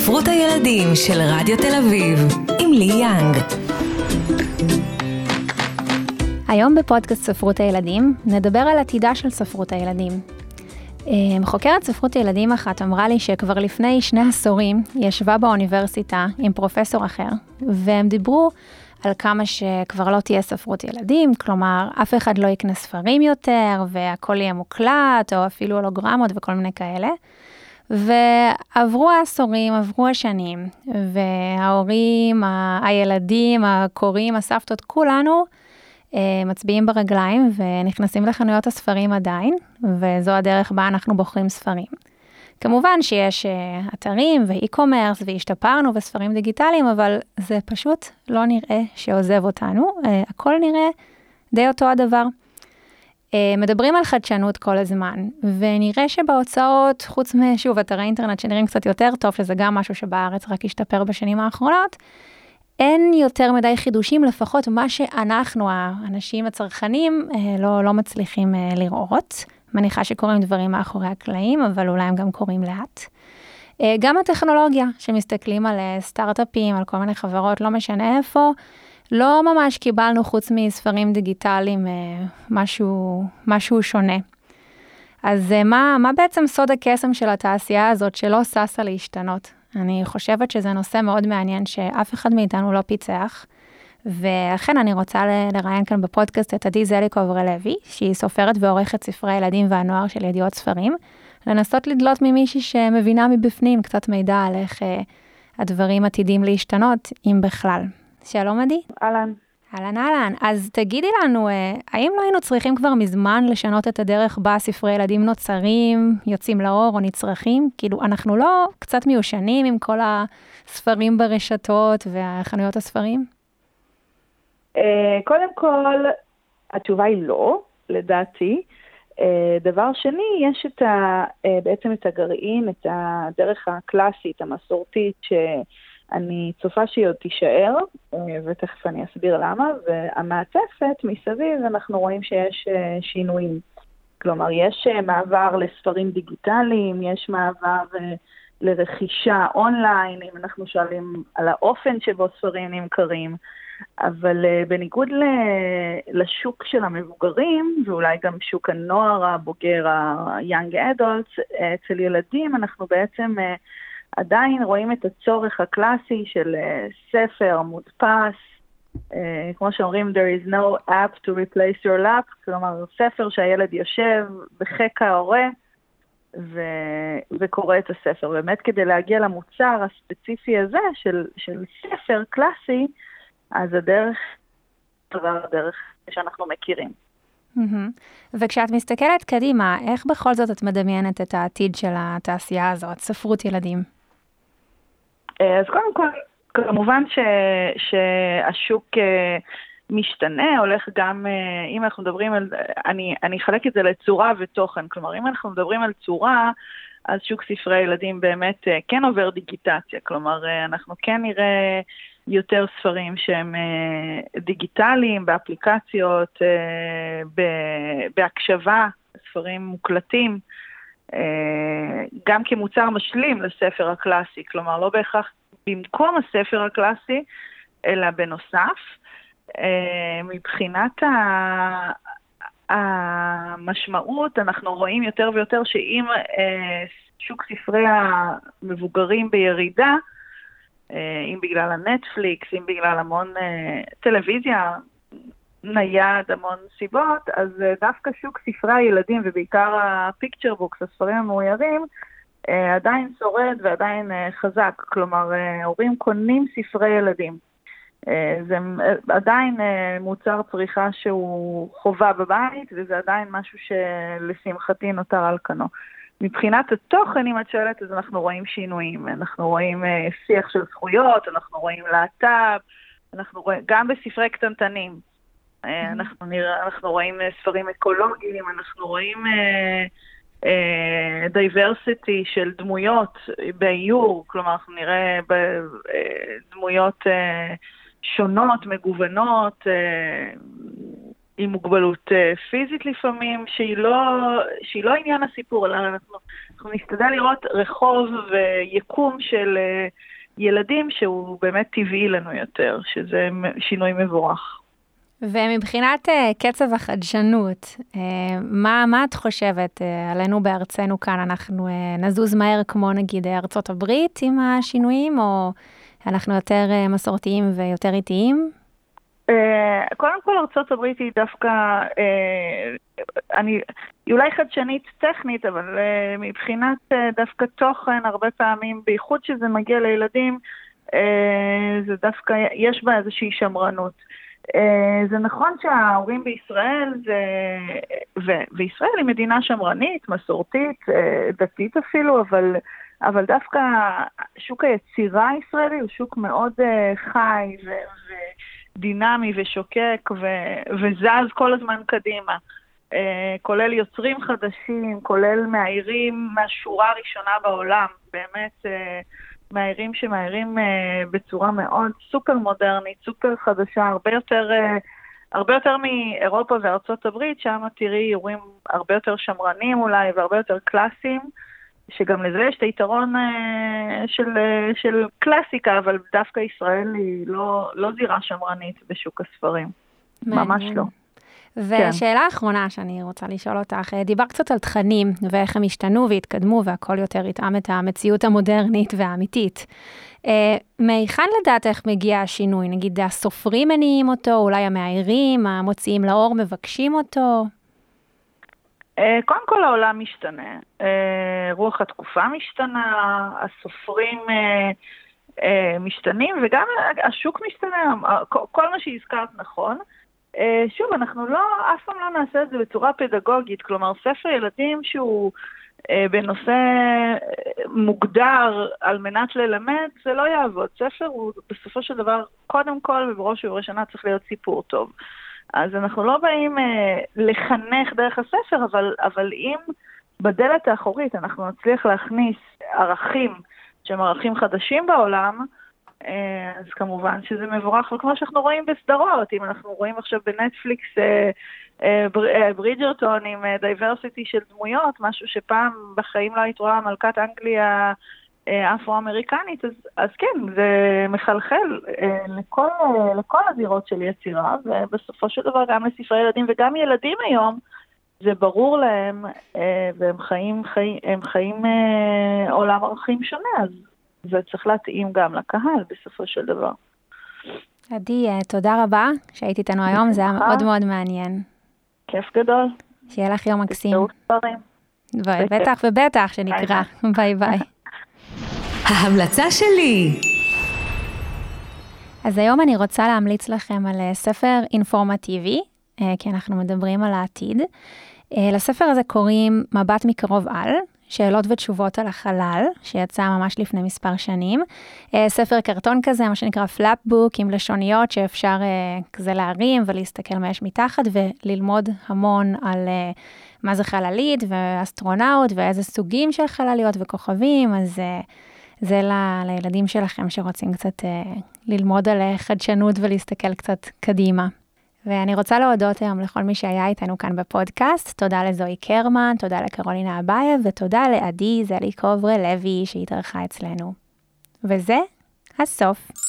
ספרות הילדים של רדיו תל אביב, עם לי יאנג. היום בפודקאסט ספרות הילדים נדבר על עתידה של ספרות הילדים. חוקרת ספרות ילדים אחת אמרה לי שכבר לפני 2 עשורים ישבה באוניברסיטה עם פרופסור אחר, והם דיברו על כמה שכבר לא תהיה ספרות ילדים, כלומר אף אחד לא יקנה ספרים יותר, והכל יהיה מוקלט, או אפילו הולוגרמות וכל מיני כאלה. ועברו העשורים, עברו השנים, וההורים, הילדים, הקוראים, הסבתות, כולנו מצביעים ברגליים ונכנסים לחנויות הספרים עדיין, וזו הדרך בה אנחנו בוחרים ספרים. כמובן שיש אתרים ואי-קומרס והשתפרנו וספרים דיגיטליים, אבל זה פשוט לא נראה שעוזב אותנו, הכל נראה די אותו הדבר. מדברים על חדשנות כל הזמן, ונראה שבהוצאות, חוץ משוב אתרי אינטרנט שנראים קצת יותר טוב, שזה גם משהו שבארץ רק השתפר בשנים האחרונות, אין יותר מדי חידושים, לפחות מה שאנחנו, האנשים הצרכנים, לא מצליחים לראות. מניחה שקוראים דברים מאחורי הקלעים, אבל אולי הם גם קוראים לאט. גם הטכנולוגיה, שמסתכלים על סטארט-אפים, על כל מיני חברות, לא משנה איפה, לא ממש קיבלנו חוץ מספרים דיגיטליים משהו שונה. אז מה בעצם סוד הקסם של התעשייה הזאת שלא ססה להשתנות? אני חושבת שזה נושא מאוד מעניין שאף אחד מאיתנו לא פיצח, ואכן אני רוצה לראיין כאן בפודקאסט את עדי זליקוב-רלוי, שהיא סופרת ועורכת ספרי הילדים והנוער של ידיעות ספרים, לנסות לדלות ממישהי שמבינה מבפנים קצת מידע על איך הדברים עתידים להשתנות, אם בכלל. שלום עדי. אהלן. אהלן. אז תגידי לנו, האם לא היינו צריכים כבר מזמן לשנות את הדרך בה ספרי ילדים נוצרים, יוצאים לאור או נצרכים? כאילו, אנחנו לא קצת מיושנים עם כל הספרים ברשתות והחנויות הספרים? קודם כל, התשובה היא לא, לדעתי. דבר שני, יש בעצם את הגרעין, את הדרך הקלאסית, המסורתית, שאני צופה שהיא עוד תישאר, ותכף אני אסביר למה, והמעטפת מסביב אנחנו רואים שיש שינויים. כלומר, יש מעבר לספרים דיגיטליים, יש מעבר לרכישה אונליין, אם אנחנו שואלים על האופן שבו ספרים נמכרים, אבל בניגוד לשוק של המבוגרים, ואולי גם שוק הנוער הבוגר, ה-young adults, אצל ילדים אנחנו בעצם עדיין רואים את הצורך הקלאסי של ספר מודפס, כמו שאומרים, there is no app to replace your lap, כלומר ספר שהילד יושב בחיק ההורה וקורא את הספר. באמת כדי להגיע למוצר הספציפי הזה של ספר קלאסי, אז הדרך שאנחנו מכירים. וכשאת מסתכלת קדימה, איך בכל זאת את מדמיינת את העתיד של התעשייה הזאת, ספרות ילדים? אז קודם כל, כמובן שהשוק משתנה, הולך גם, אם אנחנו מדברים על, אני אחלק את זה לצורה ותוכן, כלומר, אם אנחנו מדברים על צורה, אז שוק ספרי ילדים באמת כן עובר דיגיטציה, כלומר, אנחנו כן נראה יותר ספרים שהם דיגיטליים, באפליקציות, בהקשבה, ספרים מוקלטים, גם כמוצר משלים לספר הקלאסי, כלומר לא בהכרח במקום הספר הקלאסי, אלא בנוסף. מבחינת המשמעות, אנחנו רואים יותר ויותר שאם שוק ספרי המבוגרים בירידה, אם בגלל הנטפליקס, אם בגלל המון טלוויזיה, נייד, המון סיבות, אז דווקא שוק ספרי הילדים, ובעיקר הפיקצ'ר בוקס, הספרים המאוירים, עדיין שורד ועדיין חזק. כלומר, הורים קונים ספרי ילדים. זה עדיין מוצר צריכה שהוא חובה בבית, וזה עדיין משהו שלשמחתי נותר על כנו. מבחינת התוכן, אם את שואלת, אז אנחנו רואים שינויים. אנחנו רואים שיח של זכויות, אנחנו רואים להט"ב, אנחנו רואים, גם בספרי קטנטנים. אנחנו רואים ספרים אקולוגיים, אנחנו רואים דייברסיטי של דמויות באיור, כלומר אנחנו נראה דמויות שונות, מגוונות, עם מוגבלות פיזית לפעמים, שהיא לא עניין הסיפור, אלא אנחנו נשתדל לראות רחוב ויקום של ילדים שהוא באמת טבעי לנו יותר, שזה שינוי מבורך. ומבחינת קצב החדשנות, מה את חושבת עלינו בארצנו כאן? אנחנו נזוז מהר כמו נגיד ארצות הברית עם השינויים, או אנחנו יותר מסורתיים ויותר איטיים? קודם כל ארצות הברית היא דווקא, היא אולי חדשנית טכנית, אבל מבחינת דווקא תוכן, הרבה פעמים, בייחוד שזה מגיע לילדים, זה דווקא, יש בה איזושהי שמרנות. זה נכון שההורים בישראל, וישראל היא מדינה שמרנית, מסורתית, דתית אפילו, אבל דווקא שוק היצירה הישראלי הוא שוק מאוד חי ודינמי ושוקק וזז כל הזמן קדימה. כולל יוצרים חדשים, כולל מאיירים מהשורה הראשונה בעולם, באמת מאיירים שמאיירים בצורה מאוד סופר מודרנית, סופר חדשה, הרבה יותר מאירופה וארצות הברית, שם תראי איורים הרבה יותר שמרנים אולי והרבה יותר קלאסיים, שגם לזה יש את היתרון של קלאסיקה, אבל דווקא ישראל היא לא זירה שמרנית בשוק הספרים. ממש לא. ושאלה האחרונה שאני רוצה לשאול אותך, דיבר קצת על תכנים ואיך הם השתנו והתקדמו והכל יותר יתאם את המציאות המודרנית והאמיתית. מהיכן לדעתך מגיע השינוי? נגיד הסופרים מניעים אותו, אולי המאיירים, המוציאים לאור מבקשים אותו? קודם כל העולם משתנה, רוח התקופה משתנה, הסופרים משתנים וגם השוק משתנה, כל מה שהזכרת נכון. שוב, אנחנו אף פעם לא נעשה את זה בצורה פדגוגית, כלומר ספר ילדים שהוא בנושא מוגדר על מנת ללמד, זה לא יעבוד. ספר הוא בסופו של דבר קודם כל ובראש ובראשונה צריך להיות סיפור טוב. אז אנחנו לא באים לחנך דרך הספר, אבל אם בדלת האחורית אנחנו נצליח להכניס ערכים שהם ערכים חדשים בעולם, אז כמובן שזה מבורך, וכמו שאנחנו רואים בסדרות, אם אנחנו רואים עכשיו בנטפליקס ברידג'רטון עם דייברסיטי של דמויות, משהו שפעם בחיים לא היית רואה מלכת אנגליה אפרו-אמריקנית, אז כן, זה מחלחל לכל הזירות של יצירה, ובסופו של דבר גם לספרי ילדים, וגם ילדים היום, זה ברור להם, והם חיים עולם ערכים שונה, אז זה צריך להתאים גם לקהל בסופו של דבר. עדי, תודה רבה שהיית איתנו היום, זה היה מאוד מאוד מעניין. כיף גדול. שיהיה לך יום מקסים. בטח ובטח שנקרא. ביי ביי. ההמלצה שלי. אז היום אני רוצה להמליץ לכם על ספר אינפורמטיבי, כי אנחנו מדברים על העתיד. לספר הזה קוראים מבט מקרוב על, שאלות ותשובות על החלל, שיצא ממש לפני מספר שנים. ספר קרטון כזה, מה שנקרא פלאפבוק, עם לשוניות שאפשר כזה להרים ולהסתכל מה יש מתחת, וללמוד המון על מה זה חללית ואסטרונאוט, ואיזה סוגים של חלליות וכוכבים, אז זה לילדים שלכם שרוצים קצת ללמוד על חדשנות ולהסתכל קצת קדימה. ואני רוצה להודות היום לכל מי שהיה איתנו כאן בפודקאסט. תודה לזוהי קרמן, תודה לקרולינה אבייב, ותודה לעדי זליקובר לוי שהתארחה אצלנו. וזה הסוף.